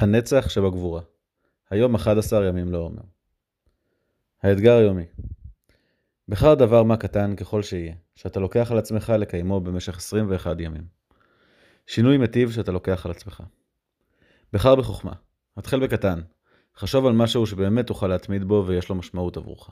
הנצח שבגבורה. היום 11 ימים לעומר. האתגר היומי. בחר דבר מה קטן ככל שיהיה, שאתה לוקח על עצמך לקיימו במשך 21 ימים. שינוי מטיב שאתה לוקח על עצמך. בחר בחוכמה. התחל בקטן. חשוב על משהו שבאמת תוכל להתמיד בו ויש לו משמעות עבורך.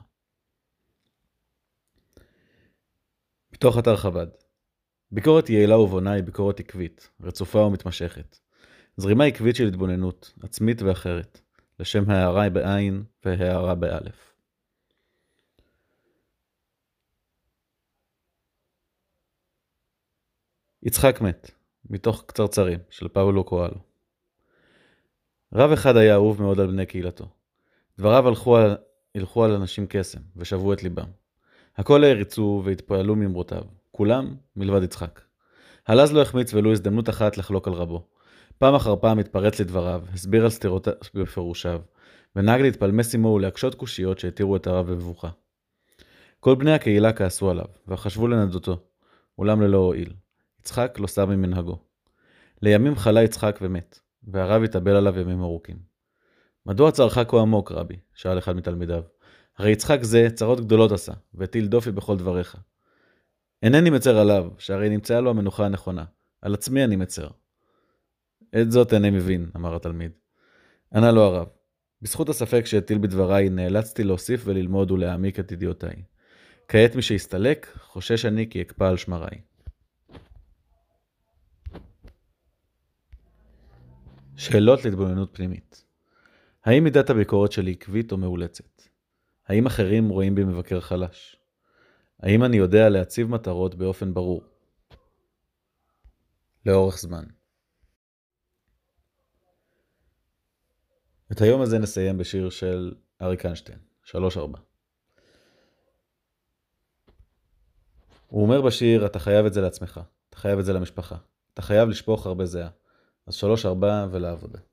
בתוך אתר חב"ד. ביקורת יעילה ובונה היא ביקורת עקבית, רצופה ומתמשכת. זרימה עקבית של התבוננות, עצמית ואחרת, לשם הערה בעין והערה באלף. יצחק מת, מתוך קצרצרים, של פאולו קואלו. רב אחד היה אהוב מאוד על בני קהילתו. דבריו הלכו על אנשים קסם, ושבו את ליבם. הכל העריצו והתפעלו ממרותיו, כולם מלבד יצחק. הלז לא החמיץ ולו הזדמנות אחת לחלוק על רבו. פעם אחר פעם התפרץ לדבריו, הסביר על סתירותיו בפירושיו, ונהג להתפלמס עמו ולהקשות קושיות שהתירו את הרב במבוכה. כל בני הקהילה כעסו עליו, וחשבו לנדותו, אולם ללא הועיל. יצחק לא סר ממנהגו. לימים חלה יצחק ומת, והרב התאבל עליו ימים ארוכים. מדוע צערך כה עמוק, רבי? שאל אחד מתלמידיו. הרי יצחק זה צרות גדולות עשה, והטיל דופי בכל דבריך. אינני מצר עליו, שהרי נמצאה לו המנוחה הנכונה. על עצמי אני מצר. את זאת איני מבין, אמר התלמיד. ענה לו הרב. בזכות הספק שהטיל בדבריי, נאלצתי להוסיף וללמוד ולהעמיק את ידיעותיי. כעת מי שהסתלק, חושש אני כי אקפא על שמריי. שאלות להתבוננות פנימית. האם מידת הביקורת שלי עקבית או מאולצת? האם אחרים רואים בי מבקר חלש? האם אני יודע להציב מטרות באופן ברור? לאורך זמן. את היום הזה נסיים בשיר של אריק איינשטיין, 3-4. הוא אומר בשיר, אתה חייב את זה לעצמך, אתה חייב את זה למשפחה, אתה חייב לשפוך הרבה זהה. אז 3-4 ולעבודה.